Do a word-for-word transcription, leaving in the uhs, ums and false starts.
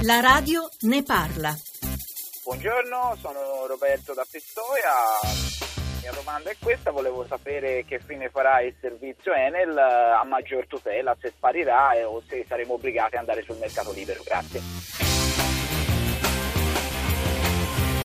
La radio ne parla. Buongiorno, sono Roberto da Pistoia. La mia domanda è questa: volevo sapere che fine farà il servizio Enel a maggior tutela, se sparirà o se saremo obbligati ad andare sul mercato libero. Grazie.